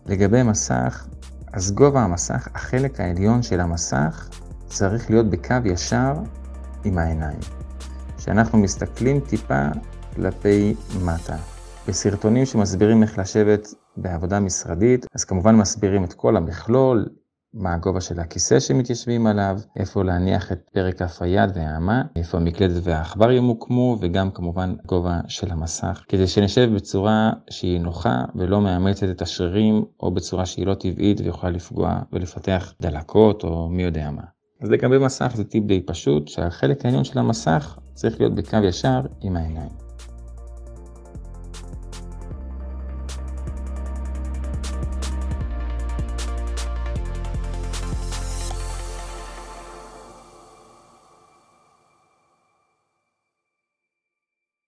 לגבי מסך, אז גובה המסך, החלק העליון של המסך צריך להיות בקו ישר עם העיניים. שאנחנו מסתכלים טיפה כלפי מטה. בסרטונים שמסבירים איך לשבת בעבודה משרדית, אז כמובן מסבירים את כל המכלול, מה הגובה של הכיסא שמתיישבים עליו, איפה להניח את פרק כף היד והאמה, איפה המקלדת והעכבר ימוקמו, וגם כמובן גובה של המסך, כדי שנשב בצורה שהיא נוחה ולא מאמצת את השרירים, או בצורה שהיא לא טבעית ויכולה לפגוע ולפתח דלקות או מי יודע מה. אז לגבי מסך זה טיפ די פשוט, שהחלק העליון של המסך צריך להיות בקו ישר עם העיניים.